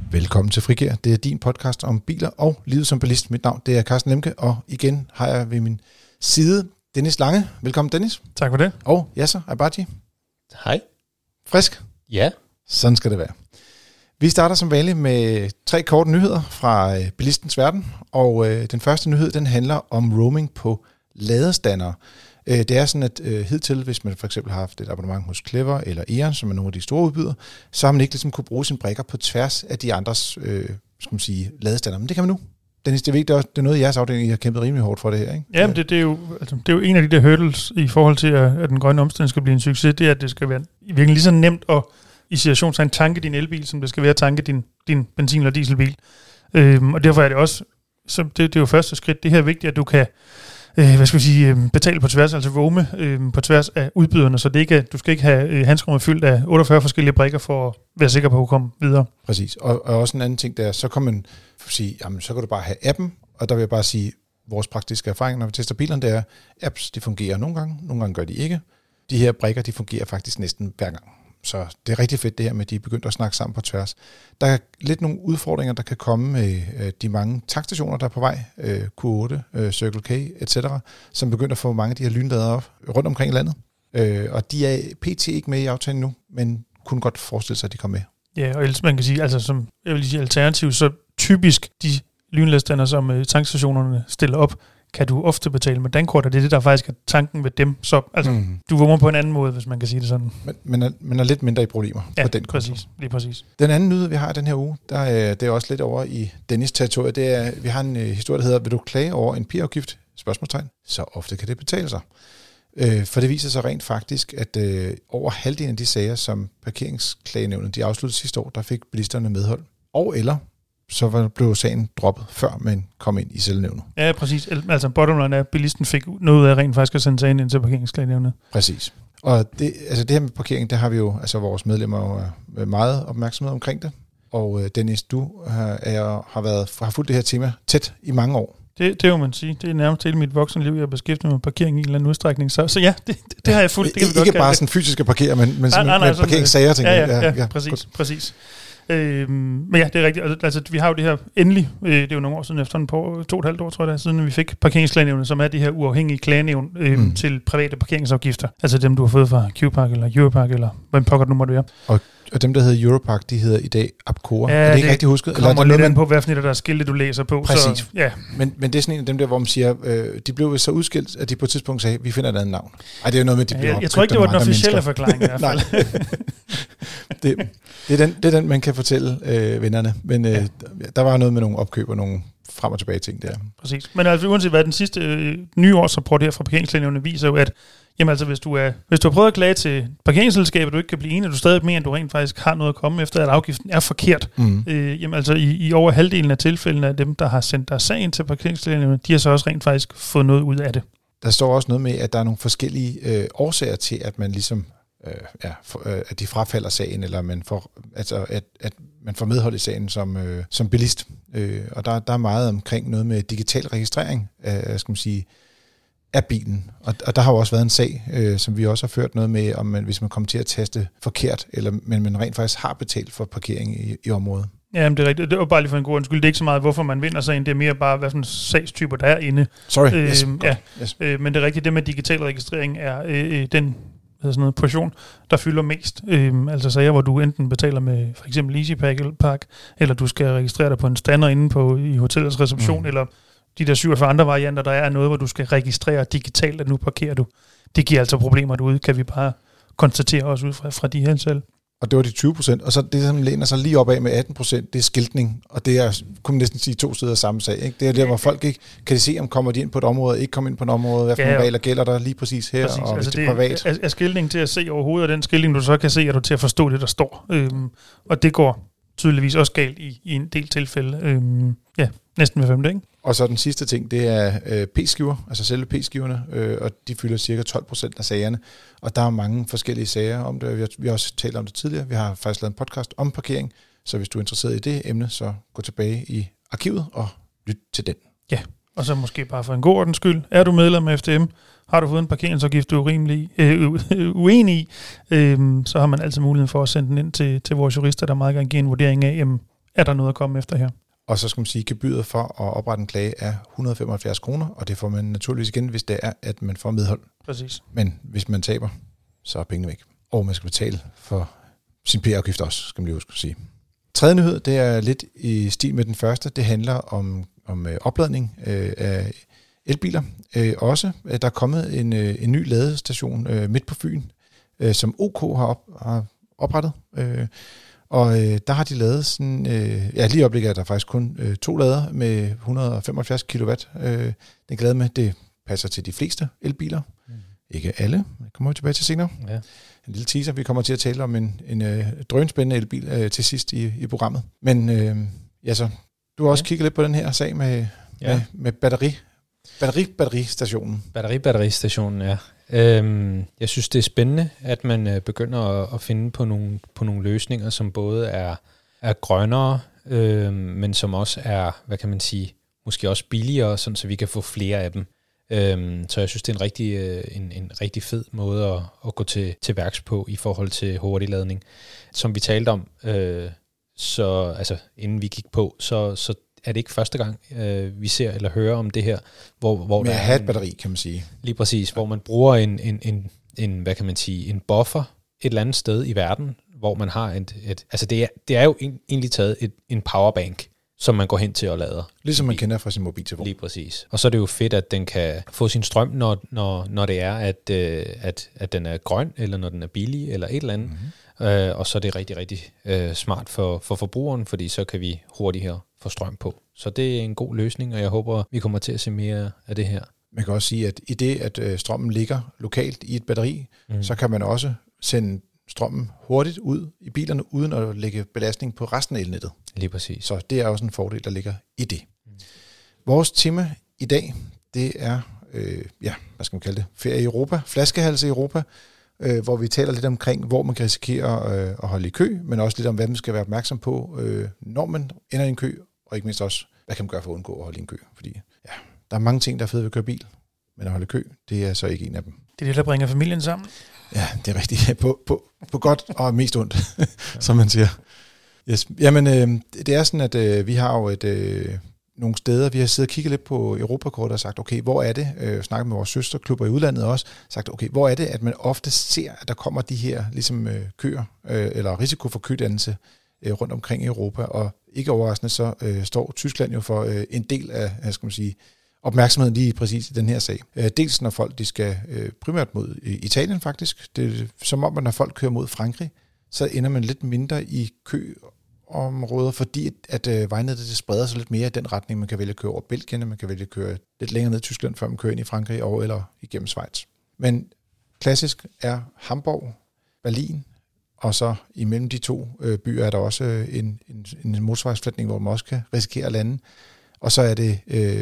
Velkommen til Frigær. Det er din podcast om biler og livet som bilist. Mit navn det er Carsten Lemke, og igen har jeg ved min side Dennis Lange. Velkommen, Dennis. Tak for det. Og Yasser Abaji. Hej. Frisk? Ja. Sådan skal det være. Vi starter som vanligt med 3 korte nyheder fra bilistens verden, og den første nyhed den handler om roaming på ladestandere. Det er sådan, at hidtil, hvis man for eksempel har haft et abonnement hos Clever eller E.ON, som er nogle af de store udbydere, så har man ikke ligesom kunne bruge sine brikker på tværs af de andres skal man sige, ladestandere. Men det kan man nu. Dennis, det er noget i jeres afdeling, I har kæmpet rimelig hårdt for det her, ikke? Ja, men det er jo en af de der hurdles i forhold til, at den grønne omstilling skal blive en succes, det er, at det skal være virkelig lige så nemt at i situationstegn tanke din elbil, som det skal være at tanke din benzin- eller dieselbil. Og derfor er det også, så det er jo første skridt, det her er vigtigt, at du kan betale på tværs, altså roame på tværs af udbyderne, så det ikke, du skal ikke have handskerummet fyldt af 48 forskellige brikker for at være sikker på at komme videre. Præcis, og også en anden ting, der så kan man sige, jamen så kan du bare have appen, og der vil jeg bare sige, vores praktiske erfaring, når vi tester bilerne, det er, apps, de fungerer nogle gange gør de ikke. De her brikker, de fungerer faktisk næsten hver gang. Så det er rigtig fedt det her med, at de er begyndt at snakke sammen på tværs. Der er lidt nogle udfordringer, der kan komme med de mange tankstationer, der er på vej, Q8, Circle K, etc., som begynder at få mange af de her lynladere op rundt omkring i landet. Og de er pt. Ikke med i aftalen nu, men kunne godt forestille sig, at de kommer med. Ja, og ellers man kan sige, altså som jeg vil sige alternativ, så typisk de lynladestander, som tankstationerne stiller op, kan du ofte betale med dankort, og det er det, der faktisk er tanken ved dem. Så altså, du vummer på en anden måde, hvis man kan sige det sådan. Men er lidt mindre i problemer på den konto. Lige præcis. Den anden nyhed, vi har den her uge, det er også lidt over i Dennis' territorie. Det er, vi har en historie, der hedder, vil du klage over en P-afgift? Spørgsmålstegn. Så ofte kan det betale sig. For det viser sig rent faktisk, at over halvdelen af de sager, som parkeringsklagenævnet de afsluttede sidste år, der fik bilisterne medhold. Og eller så blev sagen droppet, før man kom ind i selvnævnet. Ja, præcis. Altså bottom line er, at bilisten fik noget af rent faktisk at sende sagen ind til parkeringsklagenævnet. Præcis. Og det her med parkering, der har vi jo, altså vores medlemmer meget opmærksomhed omkring det. Og Dennis, du har fulgt det her tema tæt i mange år. Det må man sige. Det er nærmest hele mit voksenliv, jeg har beskæftiget med parkering i en eller anden udstrækning. Så ja, det har jeg fulgt. Det kan vi ikke bare sådan fysisk at parkere, men med parkeringssager, tænker jeg. Ja, præcis. Men ja, det er rigtigt. Altså, vi har jo det her endelig, det er jo nogle år siden, efter 2,5 år, tror jeg det er, siden vi fik parkeringsklagenævnet, som er det her uafhængige klagenævn til private parkeringsafgifter. Altså dem, du har fået fra Q-Park eller Europark, eller hvad pokker nu må det være. Og dem, der hedder Europark, de hedder i dag Apcora. Er det ikke rigtigt husket? Eller kommer lidt an på, hvad for der er skilte, du læser på. Præcis. Så, ja. Men det er sådan en af dem der, hvor man siger, de blev så udskilt, at de på et tidspunkt sagde, vi finder et andet navn. Ej, det er jo noget med, de bliver jeg tror ikke, det var den officielle forklaring i hvert fald. det er den, man kan fortælle vennerne. Men der var noget med nogle opkøb og nogle frem og tilbage ting der. Præcis. Men altså uanset hvad, den sidste nyårsrapport her fra parkeringsklagenævnet viser jo, at jamen altså, hvis du har prøvet at klage til parkeringsselskabet, og du ikke kan blive enig, og du stadig mener, at du rent faktisk har noget at komme efter, at afgiften er forkert. Jamen altså, i over halvdelen af tilfældene af dem, der har sendt deres sag ind til parkeringsklagenævnet, de har så også rent faktisk fået noget ud af det. Der står også noget med, at der er nogle forskellige årsager til, at man ligesom at de frafalder sagen, eller man får, altså at man får medhold i sagen som bilist. Og der er meget omkring noget med digital registrering af bilen. Og der har jo også været en sag, som vi også har ført noget med, om hvis man kommer til at taste forkert, men man rent faktisk har betalt for parkering i området. Ja, men det er rigtigt. Det var bare lige for en god undskyld. Det er ikke så meget, hvorfor man vinder sagen. Det er mere bare, hvad for en sagstyper der er inde. Sorry. Yes. Men det er rigtigt. Det med digital registrering er den portion, der fylder mest. Altså sager, hvor du enten betaler med for eksempel EasyPack, eller du skal registrere dig på en stander inde i hotellets reception, eller de der 47 andre varianter, der er noget, hvor du skal registrere digitalt, at nu parkerer du. Det giver altså problemer derude, kan vi bare konstatere også ud fra de her selv. Og det var de 20%, og så det, som læner sig lige opad med 18%, det er skiltning, og det er, kunne man næsten sige, 2 sider af samme sag. Ikke? Det er der, hvor folk ikke kan de se, om kommer de ind på et område, ikke kommer ind på et område, hvad for nogle regler gælder der lige præcis her, præcis. Og altså det er privat. Er skiltning til at se overhovedet, og den skiltning, du så kan se, er du til at forstå det, der står. Og det går tydeligvis også galt i en del tilfælde. Næsten hver femte, ikke? Og så den sidste ting, det er p-skiver, altså selve p-skiverne, og de fylder cirka 12% af sagerne. Og der er mange forskellige sager om det. Vi har også talt om det tidligere. Vi har faktisk lavet en podcast om parkering, så hvis du er interesseret i det emne, så gå tilbage i arkivet og lyt til den. Ja, og så måske bare for en god ordens skyld. Er du medlem af FDM? Har du fået en parkeringsafgift, du er uenig i, så har man altid muligheden for at sende den ind til vores jurister, der meget gerne giver en vurdering af, er der noget at komme efter her. Og så skal man sige, at gebyret for at oprette en klage er 175 kroner, og det får man naturligvis igen, hvis det er, at man får medhold. Præcis. Men hvis man taber, så er pengene væk. Og man skal betale for sin PR-afgift også, skal man lige huske at sige. Tredje nyhed, det er lidt i stil med den første. Det handler om opladning af elbiler. Også, der er kommet en ny ladestation midt på Fyn, som OK har oprettet. Og der har de lavet sådan, lige i øjeblikket er der faktisk kun 2 lader med 175 kW. Den glade med, det passer til de fleste elbiler. Ikke alle, det kommer vi tilbage til senere. Ja. En lille teaser, vi kommer til at tale om en drønspændende elbil til sidst i programmet. Men så du har også kigget lidt på den her sag med batteristationen. Batteristationen, ja. Jeg synes, det er spændende, at man begynder at finde på nogle løsninger, som både er grønnere, men som også er, hvad kan man sige, måske også billigere, sådan så vi kan få flere af dem. Så jeg synes, det er en rigtig fed måde at gå til værks på i forhold til hurtigladning. Som vi talte om, så altså, inden vi gik på, så er det ikke første gang, vi ser eller hører om det her, hvor med der at have et batteri, kan man sige. Lige præcis, hvor man bruger en hvad kan man sige, en buffer et eller andet sted i verden, hvor man har altså det er jo egentlig taget en powerbank, som man går hen til og lader. Ligesom man kender fra sin mobiltelefon. Lige præcis. Og så er det jo fedt, at den kan få sin strøm, når det er, at den er grøn, eller når den er billig, eller et eller andet. Mm-hmm. Og så er det rigtig, rigtig smart for forbrugeren, fordi så kan vi hurtigere få strøm på. Så det er en god løsning, og jeg håber, vi kommer til at se mere af det her. Man kan også sige, at i det, at strømmen ligger lokalt i et batteri, så kan man også sende strømmen hurtigt ud i bilerne, uden at lægge belastning på resten af elnettet. Lige præcis. Så det er også en fordel, der ligger i det. Vores tema i dag, det er, hvad skal man kalde det, ferie i Europa, flaskehalse i Europa, hvor vi taler lidt omkring, hvor man kan risikere at holde i kø, men også lidt om, hvad man skal være opmærksom på, når man ender i en kø, og ikke mindst også, hvad kan man gøre for at undgå at holde i en kø. Fordi der er mange ting, der er fede ved at køre bil, men at holde i kø, det er så ikke en af dem. Det er det, der bringer familien sammen. Ja, det er rigtigt. På godt og mest ondt, som man siger. Yes. Jamen, det er sådan, at vi har jo nogle steder, vi har siddet og kigget lidt på Europakortet og sagt, okay, hvor er det? Snakket med vores søsterklubber i udlandet også, sagt, okay, hvor er det, at man ofte ser, at der kommer de her ligesom køer, eller risiko for kødannelse rundt omkring i Europa, og ikke overraskende, så står Tyskland jo for en del af, skal man sige, opmærksomheden lige præcis i den her sag. Dels når folk de skal primært mod Italien faktisk. Det er som om, at når folk kører mod Frankrig, så ender man lidt mindre i køområder, fordi at vejnettet det spreder sig lidt mere i den retning. Man kan vælge at køre over Belgien, man kan vælge at køre lidt længere ned i Tyskland, før man kører ind i Frankrig og eller igennem Schweiz. Men klassisk er Hamburg, Berlin, og så imellem de to byer er der også en motorvejsflætning, hvor man også kan risikere at lande. Og så er det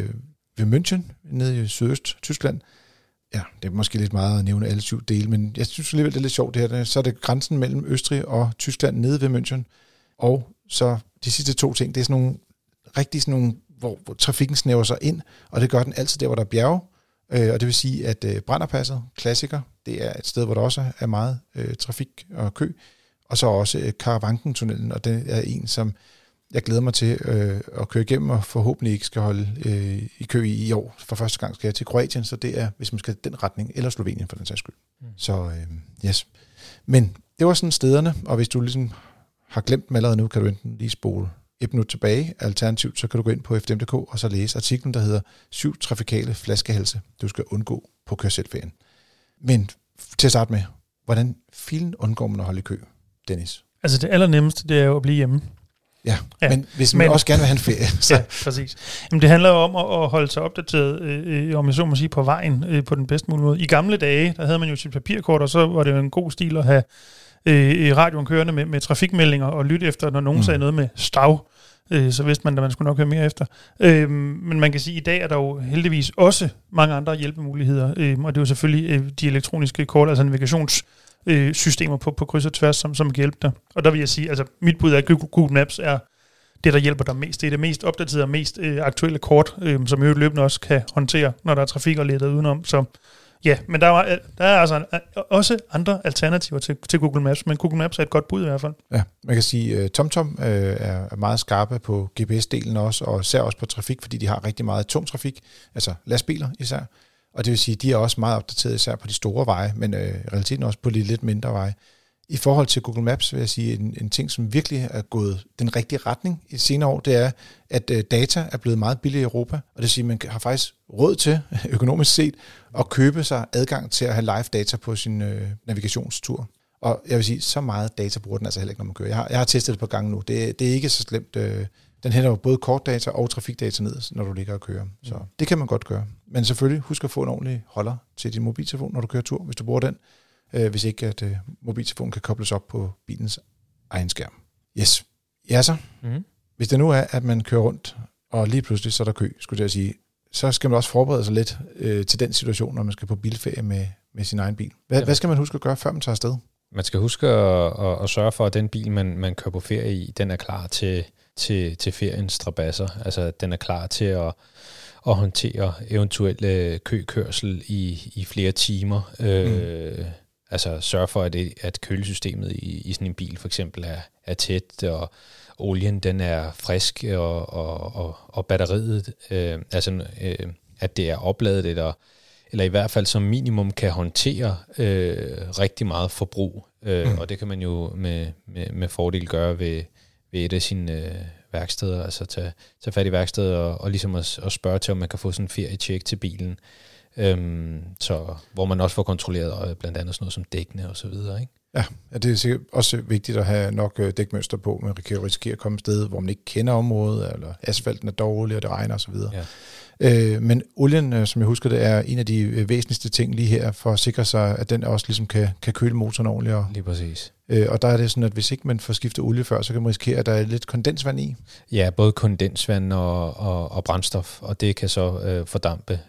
ved München, nede i sydøst Tyskland. Ja, det er måske lidt meget at nævne alle 7 dele, men jeg synes alligevel, det er lidt sjovt det her. Så er det grænsen mellem Østrig og Tyskland nede ved München. Og så de sidste 2 ting, det er sådan nogle, rigtig sådan nogle, hvor trafikken snæver sig ind, og det gør den altid der, hvor der er bjerge. Og det vil sige, at Brennerpasset, klassiker, det er et sted, hvor der også er meget trafik og kø. Og så også Karawanken-tunnelen, og det er en, som jeg glæder mig til at køre igennem, og forhåbentlig ikke skal holde i kø i år. For første gang skal jeg til Kroatien, så det er, hvis man skal den retning, eller Slovenien for den sags skyld. Så yes. Men det var sådan stederne, og hvis du ligesom har glemt dem allerede nu, kan du enten lige spole et minut tilbage. Alternativt, så kan du gå ind på fdm.dk og så læse artiklen, der hedder 7 trafikale flaskehalse, du skal undgå på kørselferien. Men til at starte med, hvordan filen undgår man at holde i kø, Dennis? Altså det allernemmeste, det er jo at blive hjemme. Ja, men hvis man også gerne vil have en ferie. Så. Ja, præcis. Jamen, det handler jo om at holde sig opdateret, om jeg så må sige, på vejen på den bedste mulige måde. I gamle dage, der havde man jo sit papirkort, og så var det jo en god stil at have radioen kørende med trafikmeldinger og lytte efter, når nogen sagde noget med stav. Så vidste man, at man skulle nok høre mere efter. Men man kan sige, at i dag er der jo heldigvis også mange andre hjælpemuligheder, og det er jo selvfølgelig de elektroniske kort, altså navigationssystemer på kryds og tværs, som kan hjælpe dig. Og der vil jeg sige, altså mit bud er, at Google Maps er det, der hjælper dig mest. Det er det mest opdaterede og mest aktuelle kort, som jo løbende også kan håndtere, når der er trafik og leder udenom. Så Ja, men der er altså også andre alternativer til Google Maps, men Google Maps er et godt bud i hvert fald. Ja, man kan sige, at TomTom er meget skarpe på GPS-delen også, og især også på trafik, fordi de har rigtig meget tung trafik, altså lastbiler især. Og det vil sige, at de er også meget opdateret især på de store veje, men i realiteten også på de lidt mindre veje. I forhold til Google Maps vil jeg sige, en ting, som virkelig er gået den rigtige retning i senere år, det er, at data er blevet meget billigere i Europa, og det vil sige, at man har faktisk råd til, økonomisk set, at købe sig adgang til at have live data på sin navigationstur. Og jeg vil sige, så meget data bruger den altså heller ikke, når man kører. Jeg har testet det på gange nu. Det er ikke så slemt. Den henter jo både kortdata og trafikdata ned, når du ligger og kører. Så det kan man godt gøre. Men selvfølgelig, husk at få en ordentlig holder til din mobiltelefon, når du kører tur, hvis du bruger den. Hvis ikke, at mobiltelefonen kan kobles op på bilens egen skærm. Yes. Ja så. Hvis det nu er, at man kører rundt, og lige pludselig så er der kø, skulle jeg sige, så skal man også forberede sig lidt til den situation, når man skal på bilferie med sin egen bil. Hvad skal man huske at gøre, før man tager afsted? Man skal huske at sørge for, at den bil, man kører på ferie i, den er klar til feriens strabasser. Altså, den er klar til at håndtere eventuelle køkørsel i flere timer. Altså sørge for, at kølesystemet i sådan en bil for eksempel er tæt, og olien den er frisk, og batteriet, at det er opladet, eller i hvert fald som minimum kan håndtere rigtig meget forbrug. Og det kan man jo med fordel gøre ved et af sine værksteder, altså tage fat i værkstedet og ligesom at spørge til, om man kan få sådan en ferie-check til bilen. Så hvor man også får kontrolleret blandt andet sådan noget som dækkene og så videre, ikke? Ja, det er sikkert også vigtigt at have nok dækmønster på. Man kan risikere at komme et sted, hvor man ikke kender området, eller asfalten er dårlig, og det regner og så videre. Ja. Men olien, som jeg husker det, er en af de væsentligste ting lige her, for at sikre sig, at den også ligesom kan køle motoren ordentligt. Lige præcis. Og der er det sådan, at hvis ikke man får skiftet olie før, så kan man risikere, at der er lidt kondensvand i. Ja, både kondensvand og brændstof, og det kan så fordampe.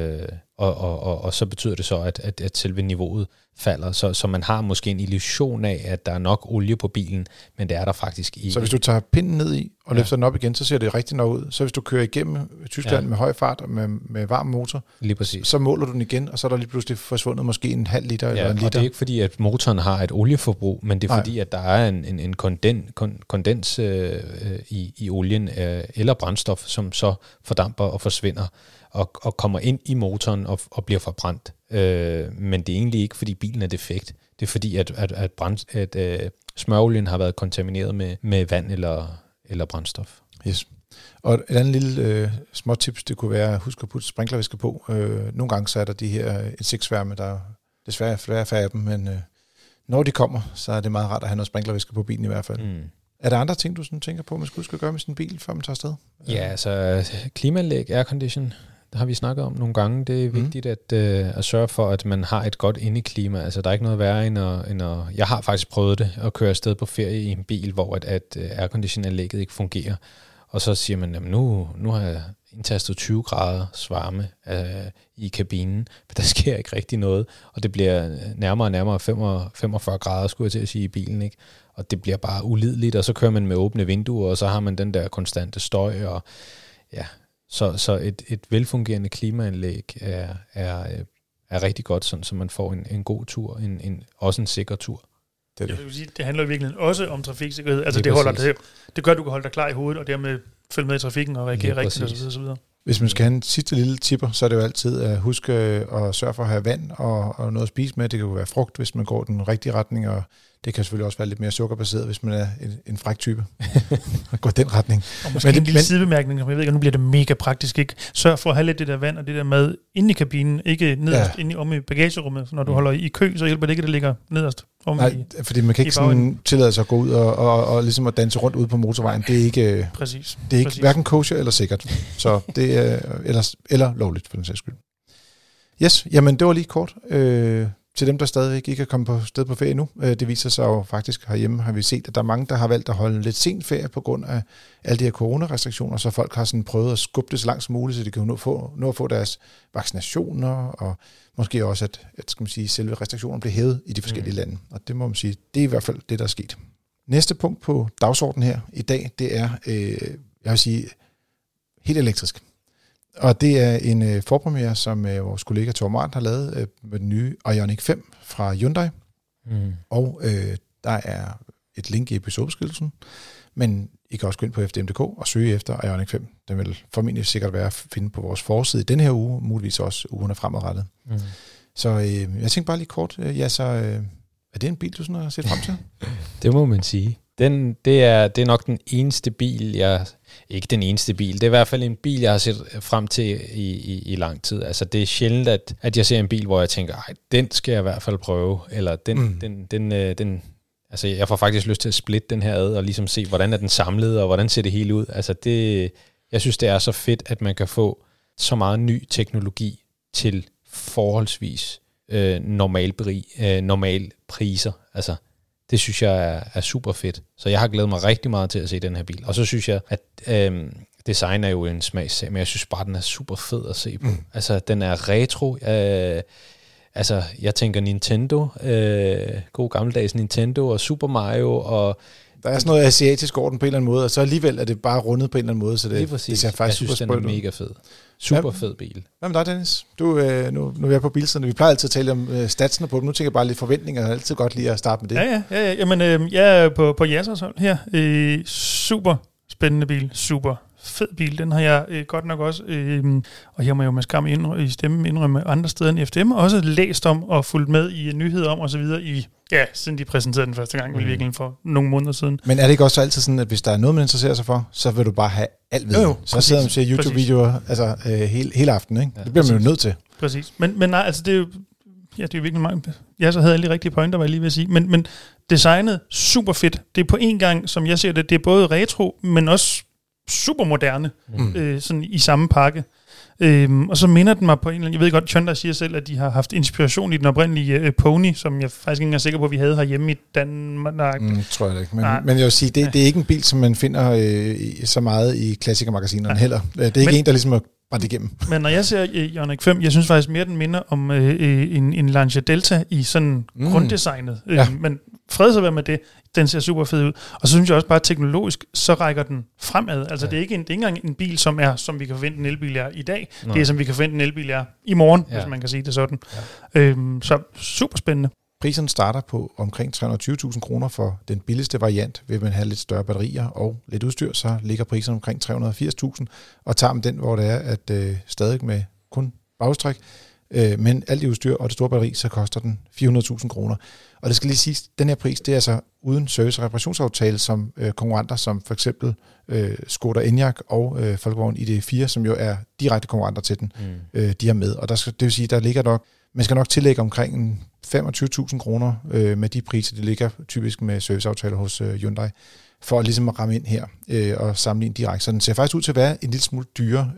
Og så betyder det så, at selve niveauet falder. Så man har måske en illusion af, at der er nok olie på bilen, men det er der faktisk ikke. Så hvis du tager pinden ned i og løfter den op igen, så ser det rigtig nok ud. Så hvis du kører igennem Tyskland med høj fart og med varm motor, lige præcis, så måler du den igen, og så er der lige pludselig forsvundet måske en halv liter eller en liter. Og det er ikke fordi, at motoren har et olieforbrug, men det er fordi, at der er en kondens i olien eller brændstof, som så fordamper og forsvinder og kommer ind i motoren og bliver forbrændt. Men det er egentlig ikke, fordi bilen er defekt. Det er fordi, at smørolien har været kontamineret med vand eller brændstof. Yes. Og et andet lille småtips, det kunne være, husk at putte sprinklervæske på. Nogle gange så er der de her insektsværme, der desværre er flere af dem, men når de kommer, så er det meget rart at have noget sprinklervæske på bilen i hvert fald. Er der andre ting, du sådan tænker på, man skal gøre med sin bil, før man tager afsted? Ja, altså klimaanlæg, aircondition, det har vi snakket om nogle gange. Det er vigtigt at sørge for, at man har et godt indeklima. Altså der er ikke noget værre end at... Jeg har faktisk prøvet det, at køre afsted på ferie i en bil, hvor at aircondition-anlægget ikke fungerer. Og så siger man, jamen nu har jeg indtastet 20 grader varme i kabinen, men der sker ikke rigtig noget. Og det bliver nærmere og nærmere 45 grader, skulle jeg til at sige, i bilen, ikke? Og det bliver bare ulideligt, og så kører man med åbne vinduer, og så har man den der konstante støj, og ja... Så et velfungerende klimaanlæg er rigtig godt, sådan, så man får en god tur, også en sikker tur. Det handler i virkeligheden også om trafiksikkerhed. Altså det gør, at du kan holde dig klar i hovedet, og dermed følge med i trafikken og reagere rigtigt og så videre. Hvis man skal have en sidste lille tipper, så er det jo altid at huske at sørge for at have vand og noget at spise med. Det kan jo være frugt, hvis man går den rigtige retning, og det kan selvfølgelig også være lidt mere sukkerbaseret, hvis man er en fræk type. Og går den retning. Og måske en lille sidebemærkning, jeg ved ikke, nu bliver det mega praktisk, ikke? Sørg for at have lidt det der vand og det der mad inde i kabinen, ikke nederst inde om i bagagerummet. Når du holder i kø, så hjælper det ikke, at det ligger nederst. Fordi man kan ikke sådan tillade sig at gå ud og ligesom at danse rundt ude på motorvejen. Det er ikke, præcis. Det er ikke hverken kosher eller sikkert. Så det er eller lovligt, for den sags skyld. Yes, jamen det var lige kort. Til dem, der stadigvæk ikke er kommet på sted på ferie nu. Det viser sig jo faktisk herhjemme, har vi set, at der er mange, der har valgt at holde lidt sent ferie på grund af alle de her coronarestriktioner, så folk har sådan prøvet at skubbe det så langt som muligt, så de kan nå at få deres vaccinationer, og måske også, at skal man sige, selve restriktionerne bliver hævet i de forskellige lande. Og det må man sige, det er i hvert fald det, der er sket. Næste punkt på dagsordenen her i dag, det er, jeg vil sige, helt elektrisk. Og det er en forpremiere, som vores kollega Thor Martin har lavet med den nye Ioniq 5 fra Hyundai. Og der er et link i episodebeskrivelsen, men I kan også gå ind på FDM.dk og søge efter Ioniq 5. Den vil formentlig sikkert være at finde på vores forside i den her uge, muligvis også ugerne fremadrettet. Så jeg tænkte bare lige kort, er det en bil, du sådan har set frem til? Det må man sige. Det er nok den eneste bil, ikke den eneste bil, det er i hvert fald en bil, jeg har set frem til i lang tid. Altså det er sjældent, at jeg ser en bil, hvor jeg tænker, den skal jeg i hvert fald prøve, eller den altså jeg får faktisk lyst til at splitte den her ad, og ligesom se, hvordan er den samlet, og hvordan ser det hele ud. Altså jeg synes, det er så fedt, at man kan få så meget ny teknologi til forholdsvis normal priser. Altså det synes jeg er super fedt. Så jeg har glædet mig rigtig meget til at se den her bil. Og så synes jeg, at design er jo en smagssag, men jeg synes bare, den er super fed at se på. Altså den er retro. Altså jeg tænker Nintendo, god gammeldags Nintendo og Super Mario og... Der er sådan noget asiatisk orden på en eller anden måde, og så alligevel er det bare rundet på en eller anden måde, så det ser faktisk jeg synes, den er mega fed. Super fed bil. Hvad med dig, Dennis? Nu er jeg på bilsiden. Vi plejer altid at tale om statsene på dem. Nu tænker jeg bare lidt forventninger. Jeg er altid godt lige at starte med det. Ja. Jamen, jeg er på Jassers hold her. Super spændende bil. Super fed bil. Den har jeg godt nok også, og her må jeg jo med skam i stemmen indrømme andre steder end FDM, også læst om og fulgt med i nyheder om og så videre siden de præsenterede den første gang, virkelig for nogle måneder siden. Men er det ikke også altid sådan, at hvis der er noget, man interesserer sig for, så vil du bare have alt ved? Så sidder man og ser YouTube-videoer hele aften, ikke? Ja, det bliver man jo nødt til. Præcis. Men nej, altså det er jo... Ja, det er jo virkelig mange... Jeg så havde alle de rigtige pointer, var jeg lige ved at sige. Men designet, super fedt. Det er på en gang, som jeg ser det, det er både retro, men også super moderne, sådan i samme pakke. Og så minder den mig på en eller anden... Jeg ved godt, Hyundai siger selv, at de har haft inspiration i den oprindelige Pony, som jeg faktisk ikke er sikker på, at vi havde herhjemme i Danmark. Tror jeg ikke. Men jeg vil sige, det er ikke en bil, som man finder så meget i klassikermagasinerne heller. Det er ikke en, der ligesom er brændt igennem. Men når jeg ser Ioniq 5, jeg synes faktisk mere, den minder om en Lancia Delta i sådan grunddesignet. Men fred så være med det. Den ser super fed ud. Og så synes jeg også bare, at teknologisk, så rækker den fremad. Altså det er ikke engang en bil, som vi kan forvente en elbil er i dag. Nej. Det er, som vi kan forvente en elbil er i morgen, hvis man kan sige det sådan. Ja. Så super spændende. Priserne starter på omkring 320.000 kroner for den billigste variant. Vil man have lidt større batterier og lidt udstyr, så ligger priserne omkring 380.000. Og tager man den, hvor det er, at stadig med kun bagstræk, men alt i udstyr og det store batteri, så koster den 400.000 kroner. Og det skal lige siges, den her pris, det er altså uden service- og reparationsaftale, som konkurrenter, som for eksempel Skoda Enyaq og Volkswagen ID4, som jo er direkte konkurrenter til den, de er med. Og det vil sige, der ligger nok, man skal nok tillægge omkring 25.000 kroner med de priser, det ligger typisk med serviceaftaler hos Hyundai, for ligesom at ramme ind her og sammenligne direkte. Så den ser faktisk ud til at være en lille smule dyrere,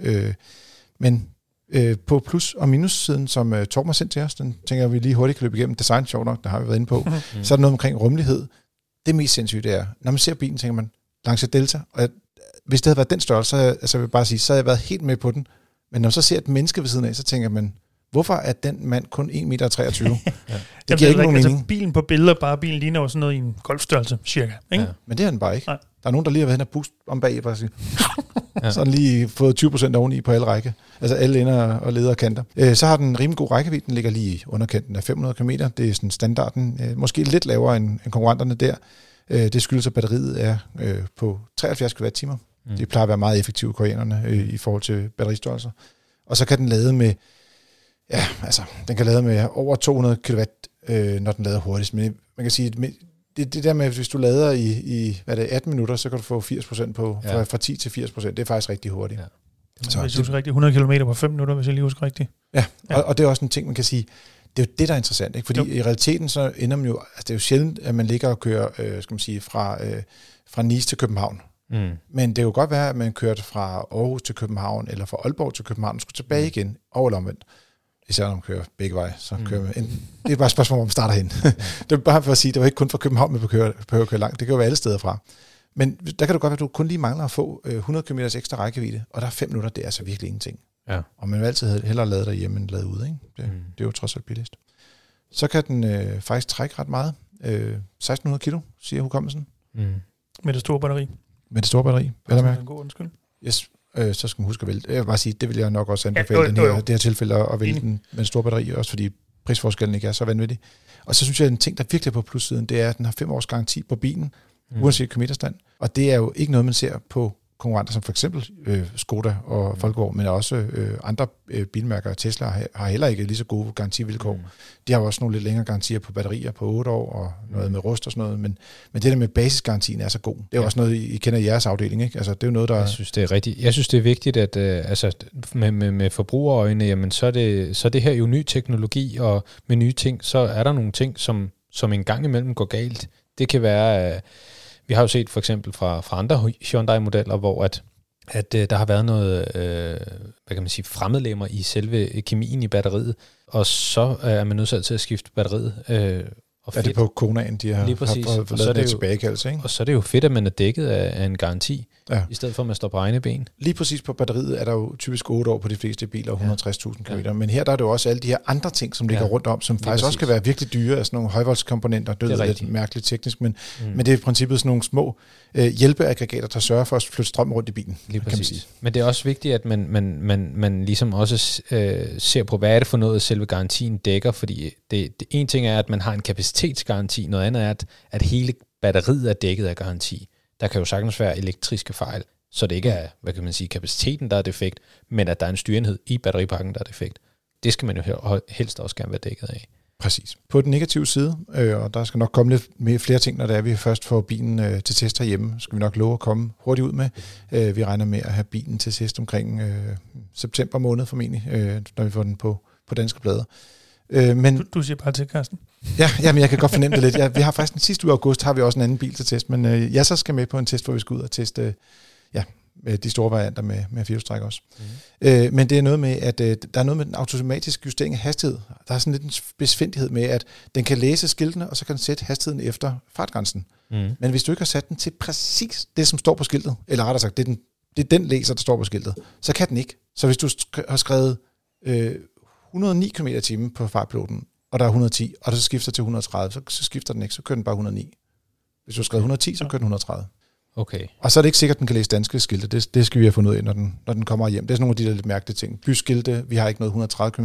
men på plus- og minus-siden, som Torben har sendt til os, den tænker jeg, vi lige hurtigt kan løbe igennem. Design, sjovt nok, der har vi været inde på. Så er der noget omkring rummelighed. Det mest sindssygt er, når man ser bilen, tænker man, Lancia Delta, og hvis det havde været den størrelse, så vil jeg bare sige, så havde jeg været helt med på den. Men når man så ser et menneske ved siden af, så tænker man, hvorfor er den mand kun 1,23 meter? Det giver ikke nogen mening. Altså, bilen på billeder, bilen ligner jo sådan noget i en golfstørrelse, cirka. Ikke? Ja. Men det er den bare ikke. Nej. Der er nogen, der lige har været hen og boost om bag, bare sige. Sådan lige fået 20% oveni på alle række. Altså alle ender og leder og kanter. Så har den rimelig god rækkevidde. Den ligger lige i underkanten af 500 km. Det er sådan standarden. Måske lidt lavere end konkurrenterne der. Det skyldes, at batteriet er på 73 kWh. Det plejer at være meget effektivt, koreanerne, i forhold til batteristørrelser. Og så kan den lade med den kan lade med over 200 kW, når den lader hurtigst. Men man kan sige, det der med, at hvis du lader i 18 minutter, så kan du få 80% på fra 10 til 80%. Det er faktisk rigtig hurtigt. Ja. Så hvis du husker rigtigt, 100 km på 5 minutter, hvis jeg lige husker rigtigt. Ja. Og det er også en ting, man kan sige, det er jo det, der er interessant. Ikke? Fordi i realiteten, så ender man jo, altså det er jo sjældent, at man ligger og kører, skal man sige, fra Nice til København. Men det kan jo godt være, at man kørte fra Aarhus til København, eller fra Aalborg til København, og skulle tilbage igen, over eller omvendt. Især når man kører begge veje, så kører man ind. Det er bare et spørgsmål, hvor man starter hen. Det er bare for at sige, det var ikke kun fra København, man behøver at køre langt. Det kan jo være alle steder fra. Men der kan det godt være, at du kun lige mangler at få 100 km ekstra rækkevidde, og der er 5 minutter, det er altså virkelig ingenting. Ja. Og man vil altid hellere lade derhjemme, end lade ude. Ikke? Det er jo trods alt billigst. Så kan den faktisk trække ret meget. 1600 kilo, siger hukommelsen. Med det store batteri. Med det store batteri. Eller med? En god undskyld. Yes. så skal man huske at vælte. Jeg vil bare sige, det vil jeg nok også anbefale det her tilfælde at vælte den med en stor batteri, også fordi prisforskellen ikke er så vanvittig. Og så synes jeg, at en ting, der virkelig er på plussiden, det er, at den har 5 års garanti på bilen, uanset kilometerstand. Og det er jo ikke noget, man ser på konkurrenter som for eksempel Skoda og Volkswagen, men også andre bilmærker. Tesla har heller ikke lige så gode garantivilkår. De har jo også nogle lidt længere garantier på batterier på 8 år og noget med rust og sådan noget, men det der med basisgarantien er så god. Det er jo også noget, I kender i jeres afdeling, ikke? Altså, det er jo noget, der... Jeg synes, det er rigtigt. Jeg synes, det er vigtigt, at med forbrugerøjne, jamen, så er det her jo ny teknologi, og med nye ting, så er der nogle ting, som en gang imellem går galt. Det kan være... Vi har jo set for eksempel fra andre Hyundai-modeller, hvor at der har været noget, hvad kan man sige, fremmedlemmer i selve kemien i batteriet, og så er man nødt til at skifte batteriet. Og er det på Konaen, de har lavet det tilbagekaldelse, ikke? Og så er det jo fedt, at man er dækket af en garanti, i stedet for at man står på egne ben. Lige præcis på batteriet er der jo typisk 8 år på de fleste biler, 160.000 km. Men her der er det jo også alle de her andre ting, som ligger rundt om, som faktisk også kan være virkelig dyre, altså nogle højvoltskomponenter. Det er lidt mærkeligt teknisk, men det er i princippet sådan nogle små hjælpeaggregater, der sørger for at flytte strøm rundt i bilen. Lige præcis. Kan man sige. Men det er også vigtigt, at man ligesom også ser på, hvad er det for noget, selve garantien dækker, fordi det en ting er, at man har en kapacitetsgaranti, noget andet er, at hele batteriet er dækket af garanti. Der kan jo sagtens være elektriske fejl, så det ikke er, hvad kan man sige, kapaciteten, der er defekt, men at der er en styrenhed i batteripakken, der er defekt. Det skal man jo helst også gerne være dækket af. Præcis. På den negative side, og der skal nok komme lidt mere flere ting, når det er, vi først får bilen til test herhjemme, skal vi nok love at komme hurtigt ud med. Vi regner med at have bilen til test omkring september måned formentlig, når vi får den på danske plader. Men du siger bare til, Carsten. Ja, men jeg kan godt fornemme det lidt. Ja, vi har faktisk den sidste uge af august, har vi også en anden bil til test, men jeg så skal med på en test, hvor vi skal ud og teste de store varianter med firehjulstræk også. Men det er noget med, at der er noget med den automatiske justering af hastighed. Der er sådan lidt en spidsfindighed med, at den kan læse skiltene, og så kan den sætte hastigheden efter fartgrænsen. Men hvis du ikke har sat den til præcis det, som står på skiltet, eller rettere sagt, det er den læser, der står på skiltet, så kan den ikke. Så hvis du har skrevet 109 km/t på fartpiloten, og der er 110, og så skifter til 130, så skifter den ikke, så kører den bare 109. Hvis du har skrevet 110, så kører den 130. Okay. Og så er det ikke sikkert, at den kan læse danske skilte. Det skal vi have fundet ud af, når den kommer hjem. Det er sådan nogle af de der lidt mærkelige ting. Byskilte, vi har ikke noget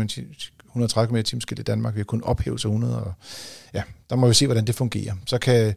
130 km/t skilt i Danmark, vi har kun ophævet til 100, og ja, der må vi se, hvordan det fungerer. Så kan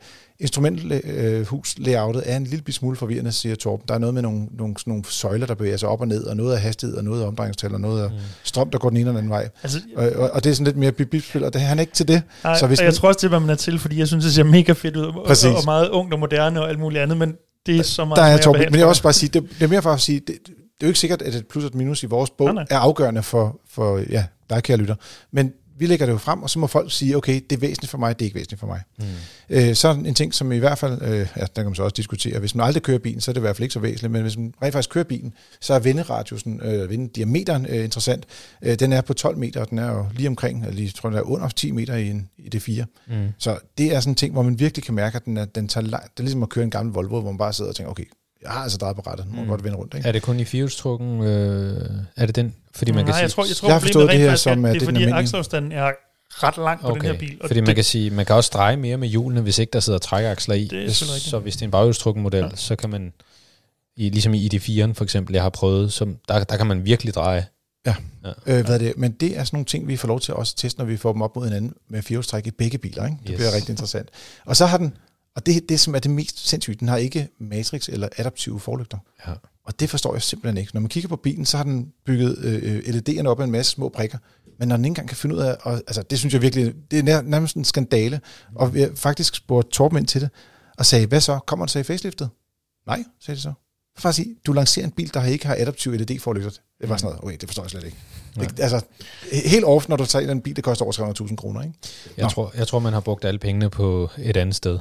instrumenthus-layoutet er en lille smule forvirrende, siger Torben. Der er noget med nogle søjler, der bevæger sig op og ned, og noget af hastighed, og noget af omdrejningstal, og noget af strøm, der går den ene eller anden vej. Altså, og det er sådan lidt mere bip-bip-spil, og det er han ikke til det. Nej, så hvis jeg tror også, det er, hvad man er til, fordi jeg synes, det ser mega fedt ud, og meget ungt og moderne og alt muligt andet, men det er så meget... Der er Torben, men jeg vil også bare sige, det er mere for at sige, det er jo ikke sikkert, at et plus og et minus i vores bog er afgørende for dig, kære lytter, men vi lægger det jo frem, og så må folk sige, okay, det er væsentligt for mig, det er ikke væsentligt for mig. Så en ting, som i hvert fald, der kan man så også diskutere, hvis man aldrig kører bilen, så er det i hvert fald ikke så væsentligt, men hvis man rent faktisk kører bilen, så er venderadiusen, vendediameteren interessant. Den er på 12 meter, og den er jo lige omkring, eller jeg tror, den er under 10 meter i det 4. Så det er sådan en ting, hvor man virkelig kan mærke, at den tager langt. Det er ligesom at køre en gammel Volvo, hvor man bare sidder og tænker, okay, jeg har altså drejet på rattet, må godt vende rundt. Ikke? Er det kun i firehjulstrukken? Er det den? Fordi man kan sige, jeg har forstået det her som, at det er fordi akselafstanden er ret langt på den her bil. Og fordi man kan sige, man kan også dreje mere med hjulene, hvis ikke der sidder trækaksler i. Så hvis det er en baghjulstrukken model, så kan man, ligesom i ID4'en for eksempel, jeg har prøvet, der kan man virkelig dreje. Ja. Men det er sådan nogle ting, vi får lov til også at teste, når vi får dem op mod hinanden med firehjulstræk i begge biler. Ikke? Det bliver rigtig interessant. Og så har den, og det som er det mest sindssygt, den har ikke matrix eller adaptive forlygter. Ja. Og det forstår jeg simpelthen ikke. Når man kigger på bilen, så har den bygget LED'erne op af en masse små prikker. Men når den ikke engang kan finde ud af, altså det synes jeg virkelig, det er nærmest en skandale. Og vi har faktisk spurgt Torben ind til det, og sagde, hvad så? Kommer den så i faceliftet? Nej, sagde det så. For at sige, du lancerer en bil, der ikke har adaptive LED-forlygter. Det var sådan noget, okay, det forstår jeg slet ikke. Altså, helt off, når du tager en bil, der koster over 300.000 kroner, ikke? Jeg tror, man har brugt alle pengene på et andet sted.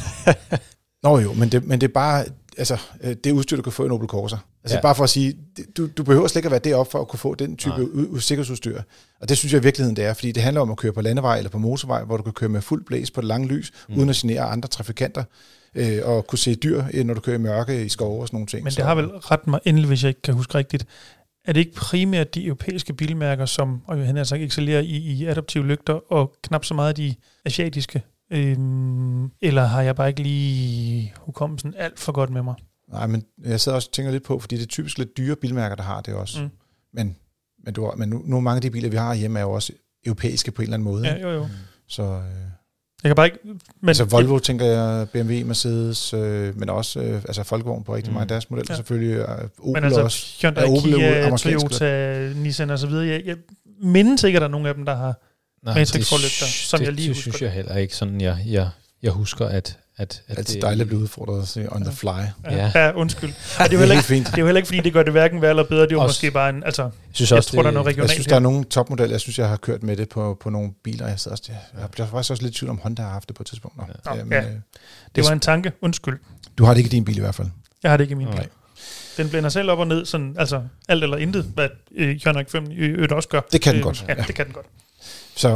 Nå jo, men det er bare, altså, det udstyr, du kan få i en Opel Corsa. Altså bare for at sige, du behøver slet ikke at være deroppe for at kunne få den type sikkerhedsudstyr. Og det synes jeg i virkeligheden, det er, fordi det handler om at køre på landevej eller på motorvej, hvor du kan køre med fuld blæs på det lange lys, uden at genere andre trafikanter, og kunne se dyr, når du kører i mørke i skove og sådan nogle ting. Men det har vel ret mig endelig, hvis jeg ikke kan huske rigtigt. Er det ikke primært de europæiske bilmærker, som han har sagt excellerer i adaptive lygter, og knap så meget de asiatiske? Eller har jeg bare ikke lige hukommelsen alt for godt med mig? Nej, men jeg sidder også og tænker lidt på, fordi det er typisk lidt dyre bilmærker, der har det også. Men nu mange af de biler, vi har hjemme, er jo også europæiske på en eller anden måde. Ja, jo. Så... Jeg kan bare ikke... Men altså Volvo, tænker jeg, BMW, Mercedes, men også Folkevogn på rigtig mange af deres modeller, selvfølgelig. Opel men altså, også. Hyundai, Kia, Toyota, Nissan og så videre. Jeg mindes ikke, at der er nogen af dem, der har matrixforlygter, som jeg lige husker. Det synes jeg heller ikke sådan, jeg husker, at det er dejligt at blive udfordret at se on the fly. Ja, undskyld. Det er jo heller ikke, fordi det gør det hverken værre eller bedre. Det er jo måske bare en... Altså, jeg tror, der er noget regionalt. Jeg synes, der er nogle topmodeller. Jeg synes, jeg har kørt med det på nogle biler. Jeg bliver faktisk også lidt i tvivl om, Honda har haft det på et tidspunkt. Det var en tanke. Undskyld. Du har det ikke i din bil i hvert fald. Jeg har det ikke i min bil. Den blænder selv op og ned, sådan, altså alt eller intet, hvad Hyundai 5 også gør. Det kan den godt. Ja, det kan den godt. Så,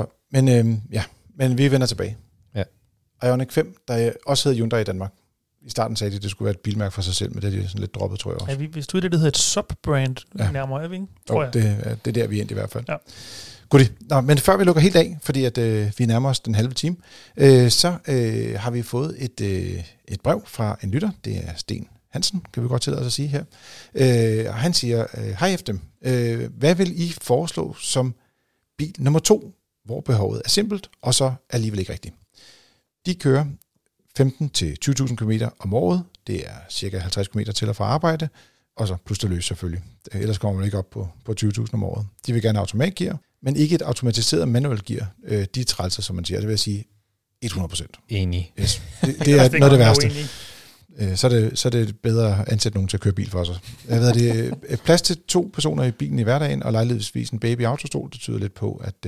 men vi vender tilbage. Ioniq 5, der også hedder Hyundai i Danmark. I starten sagde de, at det skulle være et bilmærke for sig selv, men det er de sådan lidt droppet, tror jeg også. Ja, hvis du det hedder et subbrand nærmere, er vi ikke? Tror jeg. Det er der, vi er endt i hvert fald. Ja. Goodie. Nå, men før vi lukker helt af, fordi at, vi nærmer os den halve time, så har vi fået et brev fra en lytter. Det er Sten Hansen, kan vi godt tillade os at sige her. Han siger, hej FDM, hvad vil I foreslå som bil nummer 2, hvor behovet er simpelt, og så alligevel ikke rigtigt? De kører 15-20.000 km om året. Det er cirka 50 km til og fra arbejde, og så plus det løs selvfølgelig. Ellers kommer man ikke op på 20.000 om året. De vil gerne automatgear, men ikke et automatiseret manuel gear. De er trælser, som man siger. Det vil jeg sige 100%. Enig. Yes. Det er noget af det værste. Så er det bedre at ansætte nogen til at køre bil for sig. Plads til 2 personer i bilen i hverdagen, og lejlighedsvis en baby autostol. Det tyder lidt på, at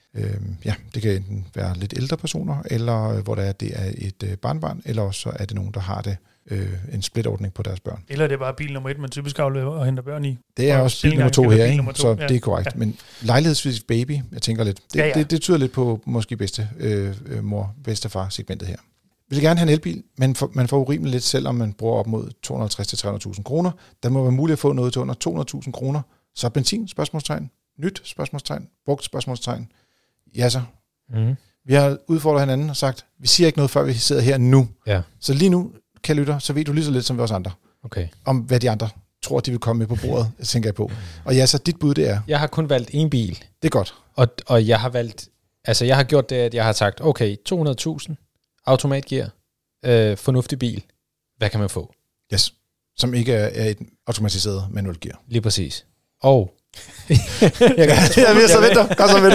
det kan enten være lidt ældre personer, eller hvor det er et barnbarn, eller også så er det nogen, der har det en splitordning på deres børn. Eller det er bare bil nummer 1, man typisk afleverer og henter børn i. Det er også bil nummer 2 her, ikke? Så det er korrekt. Ja. Men lejlighedsvis baby, jeg tænker lidt, det tyder lidt på måske bedstefar segmentet her. Vil gerne have en elbil, men man får urimeligt lidt, selvom man bruger op mod 250-300.000 kroner. Der må være muligt at få noget til under 200.000 kroner. Så benzin, spørgsmålstegn, nyt, spørgsmålstegn, brugt, spørgsmålstegn. Ja så. Vi har udfordret hinanden og sagt, vi siger ikke noget, før vi sidder her nu. Ja. Så lige nu, kan lytter, så ved du lige så lidt som vi os andre. Okay. Om hvad de andre tror, de vil komme med på bordet, tænker jeg på. Og ja, så dit bud det er? Jeg har kun valgt en bil. Det er godt. Og jeg har valgt, altså jeg har gjort det, at jeg har sagt, okay, 200.000, automatgear, fornuftig bil, hvad kan man få? Yes, som ikke er et automatiseret manuel gear. Lige præcis. Og jeg vil så vente. Kom så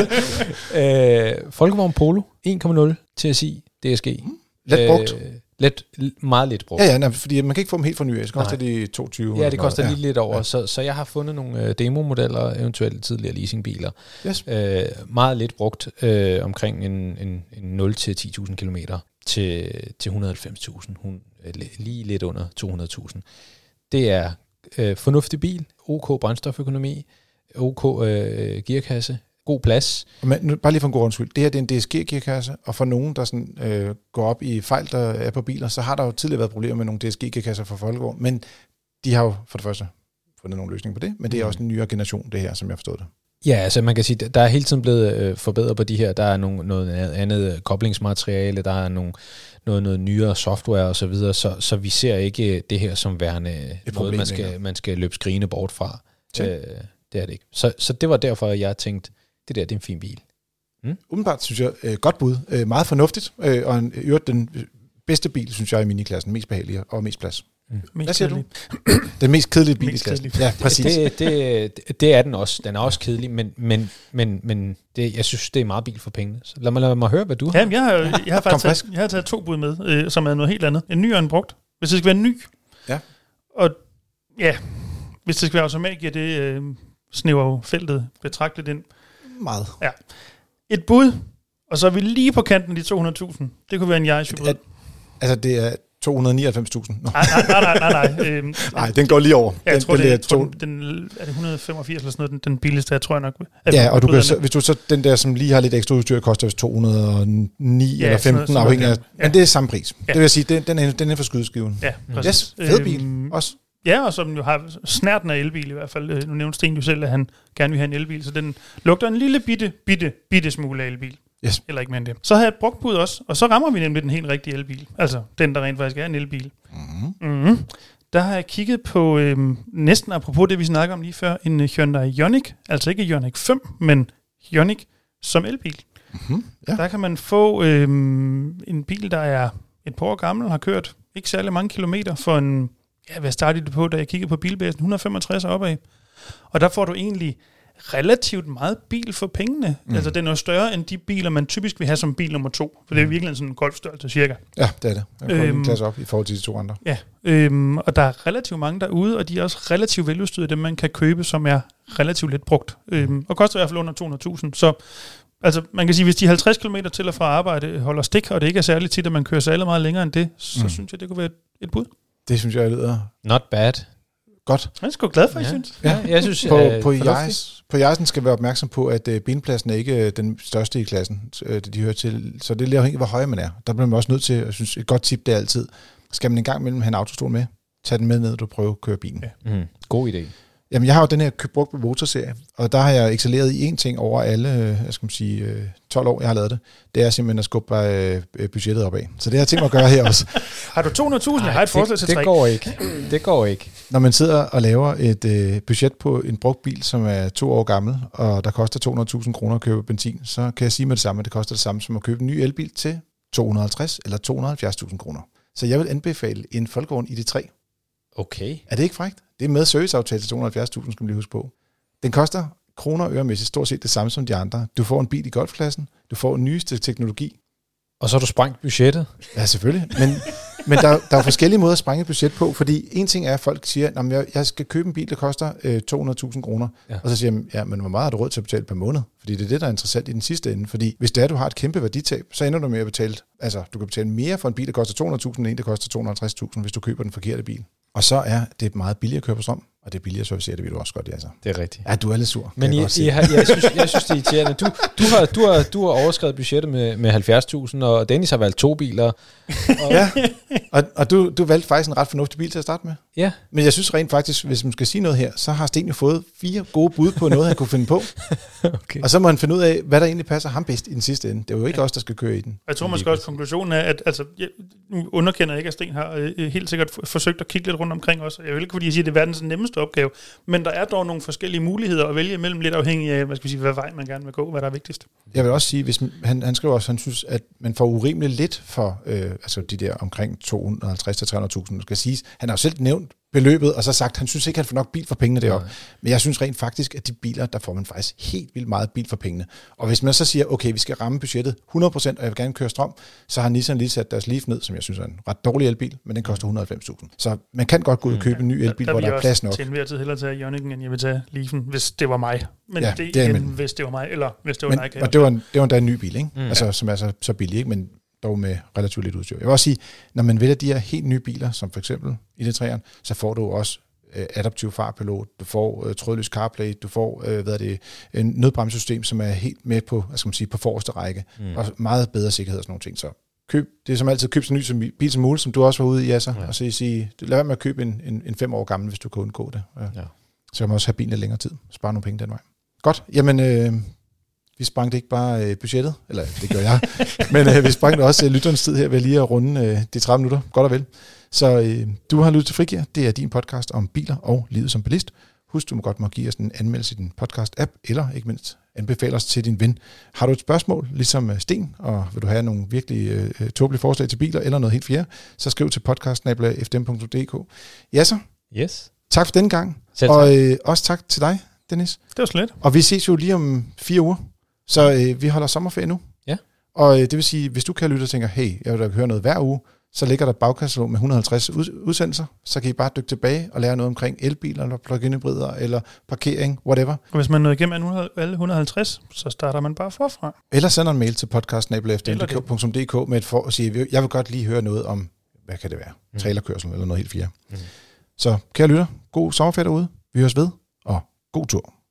med det. Folkevogn Polo 1.0 TSI DSG. Let brugt. Meget lidt brugt. Ja, fordi man kan ikke få dem helt for nye. Det koster de 22. Ja, det koster lige lidt over. Ja. Så jeg har fundet nogle demomodeller, eventuelt tidligere leasingbiler. Yes. Meget lidt brugt, omkring en 0-10.000 kilometer til 190.000. Lige lidt under 200.000. Det er fornuftig bil, OK brændstoføkonomi, OK gearkasse, god plads. Men bare lige for en god undskyld. Det her det er en DSG-gearkasse, og for nogen, der sådan, går op i fejl, der er på biler, så har der jo tidligere været problemer med nogle DSG-gearkasser for Folkevogn, men de har jo for det første fundet nogle løsninger på det, men det er også en nyere generation, det her, som jeg forstod det. Ja, altså man kan sige, der er hele tiden blevet forbedret på de her. Der er noget andet koblingsmateriale, der er noget nyere software og så videre, så vi ser ikke det her som værende noget, man skal løbe skrigende bort fra. Det er det ikke. Så det var derfor, jeg tænkte, det er en fin bil. Umiddelbart synes jeg, godt bud. Meget fornuftigt, og den bedste bil, synes jeg, i miniklassen. Mest behagelig og mest plads. Hvad siger du? Den mest kedelige bil i klassen. Ja, præcis. Det er den også. Den er også kedelig, men jeg synes, det er meget bil for pengene. Så lad mig høre, hvad du har. Jamen, jeg har faktisk taget 2 bud med, som er noget helt andet. En ny og en brugt. Hvis det skal være en ny. Ja. Og ja, hvis det skal være automatgear, det snæver jo feltet betragteligt ind. Meget. Ja. Et bud, og så er vi lige på kanten af de 200.000. Det kunne være en Yaris-hybrid. Altså, det er 299.000. Nej. Nej, den går lige over. Ja, jeg tror, det er 185 eller sådan noget, den billigste, jeg tror jeg nok. Ja, og hvis du så den der, som lige har lidt ekstra udstyr, koster 209 eller 15, afhængig af. Men det er samme pris. Ja. Det vil sige, den er for skydeskiven. Ja, yes, fed bil også. Ja, og som jo har snærten af elbil i hvert fald. Nu nævnte Sten jo selv, at han gerne vil have en elbil, så den lugter en lille bitte smule af elbil. Yes. Eller ikke mere end det. Så har jeg et brugtbud også, og så rammer vi nemlig den helt rigtige elbil. Altså den, der rent faktisk er en elbil. Der har jeg kigget på, næsten apropos det, vi snakker om lige før, en Hyundai Ioniq. Altså ikke Ioniq 5, men Ioniq som elbil. Ja. Der kan man få en bil, der er et par år gammel, har kørt ikke særlig mange kilometer for en, hvad startede det på, da jeg kiggede på bilbasen, 165 opad. Og der får du egentlig relativt meget bil for pengene. Altså den er jo større end de biler, man typisk vil have som bil nummer 2. For det er virkelig sådan en golfstørrelse cirka. Ja, det er det. Jeg kommer en klasse op i forhold til de 2 andre. Ja, og der er relativt mange derude, og de er også relativt veludstyret, dem man kan købe, som er relativt lidt brugt. Og koster i hvert fald under 200.000. Så altså, man kan sige, hvis de 50 km til og fra arbejde holder stik, og det ikke er særligt tit, at man kører særlig meget længere end det, så synes jeg, det kunne være et bud. Det synes jeg lyder Not bad. godt. Jeg er sgu glad for, jeg synes. Ja, jeg synes, på Jejsen skal vi være opmærksom på, at benpladsen er ikke den største i klassen, de hører til. Så det er lidt afhængigt, hvor høj man er. Der bliver man også nødt til, jeg synes, et godt tip, det er altid, skal man en gang imellem have en autostol med, tag den med ned, du prøver at køre bilen. Ja. God idé. Jamen, jeg har jo den her brugt motorserie, og der har jeg excelleret i én ting over alle, 12 år, jeg har lavet det. Det er simpelthen at skubbe budgettet opad. Så det har jeg tænkt mig at gøre her også. Har du 200.000? Jeg har et forslag til 3. Det går ikke. Når man sidder og laver et budget på en brugt bil, som er 2 år gammel, og der koster 200.000 kroner at købe benzin, så kan jeg sige med det samme, at det koster det samme som at købe en ny elbil til 250 eller 270.000 kroner. Så jeg vil anbefale en Volkswagen ID3. Okay. Er det ikke frækt? Det er med serviceaftale til 270.000, skal man lige huske på. Den koster kroner og øremæssigt stort set det samme som de andre. Du får en bil i golfklassen, du får en nyeste teknologi. Og så har du sprængt budgettet? Ja, selvfølgelig. Men der er forskellige måder at sprænge et budget på, fordi en ting er, at folk siger, at jeg skal købe en bil, der koster 200.000 kroner. Ja. Og så siger de, ja, men hvor meget har du råd til at betale per måned? Fordi det er det, der er interessant i den sidste ende. Fordi hvis det er, du har et kæmpe værditab, så ender du med at betale, altså du kan betale mere for en bil, der koster 200.000, end en, der koster 250.000, hvis du køber den forkerte bil. Og så er det meget billigere at køre på strøm, og det er billigere at servicere, det vil du også godt, altså. Det er rigtigt. Ja, du er lidt sur. Men jeg synes, det er irriterende. Du har overskrevet budgettet med 70.000, og Dennis har valgt 2 biler. Ja, og du valgte faktisk en ret fornuftig bil til at starte med. Ja. Men jeg synes rent faktisk, hvis man skal sige noget her, så har Sten jo fået 4 gode bud på noget, han kunne finde på. Okay. Og så må han finde ud af, hvad der egentlig passer ham bedst i den sidste ende. Det er jo ikke os, der skal køre i den. Jeg tror måske også, konklusionen er, at altså, nu underkender jeg ikke, at Sten har helt sikkert forsøgt at kigge lidt rundt omkring os. Jeg vil ikke, fordi jeg siger, at det er verdens nemmeste opgave, men der er dog nogle forskellige muligheder at vælge imellem, lidt afhængig af, hvad vej man gerne vil gå, hvad der er vigtigst. Jeg vil også sige, hvis han skriver også, han synes, at man får urimeligt lidt for altså de der omkring 250-300.000, skal siges. Han har jo selv nævnt beløbet, og så sagt, han synes ikke, han får nok bil for pengene deroppe. Men jeg synes rent faktisk, at de biler, der får man faktisk helt vildt meget bil for pengene. Og hvis man så siger, okay, vi skal ramme budgettet 100%, og jeg vil gerne køre strøm, så har Nissan lige sat deres Leaf ned, som jeg synes er en ret dårlig elbil, men den koster 190.000. Så man kan godt gå ud og købe en ny elbil, hvor der er plads nok. Til enhver tid hellere tage Ioniq'en, end jeg vil tage Leaf'en, hvis det var mig. Men ja, det er igen, hvis det var mig, eller hvis det var Nike. Og det var endda en ny bil, ikke? Altså, som er så billig, ikke? Men dog med relativt lidt udstyr. Jeg vil også sige, når man vælger de her helt nye biler, som for eksempel ID3'eren, så får du også adaptiv fartpilot, du får trådløs CarPlay, du får en nødbremsesystem, som er helt med på, på forreste række, og meget bedre sikkerhed og sådan nogle ting. Så køb, det er som altid, køb så ny som bil som muligt, som du også var ude i, Yasser, og så sige, lad være med at købe en 5 år gammel, hvis du kan undgå det. Ja. Så kan man også have bilen længere tid, spare nogle penge den vej. Godt, jamen vi sprang det ikke bare budgettet, eller det gør jeg, men vi sprang det også lytterens tid her ved lige at runde de 30 minutter, godt og vel. Så du har lyttet til Frigir, det er din podcast om biler og livet som bilist. Husk, du må godt give os en anmeldelse i din podcast-app, eller ikke mindst anbefale os til din ven. Har du et spørgsmål, ligesom Sten, og vil du have nogle virkelig tåbelige forslag til biler, eller noget helt fjerde, så skriv til podcast@fdm.dk. Ja så. Yes. Tak for denne gang. Og også tak til dig, Dennis. Det var slet. Og vi ses jo lige om 4 uger, så vi holder sommerferie nu. Ja. Og det vil sige, hvis du kan lytte og tænker, hey, jeg vil da høre noget hver uge, så ligger der et bagkatalog med 150 udsendelser, så kan I bare dykke tilbage og lære noget omkring elbiler, eller plug-in hybrider, eller parkering, whatever. Og hvis man nåede igennem alle 150, så starter man bare forfra. Eller sender en mail til podcast@fdm.dk med og sige, jeg vil godt lige høre noget om, hvad kan det være, trailerkørsel eller noget helt fjerde. Så kære lytter, god sommerferie derude, vi høres ved, og god tur.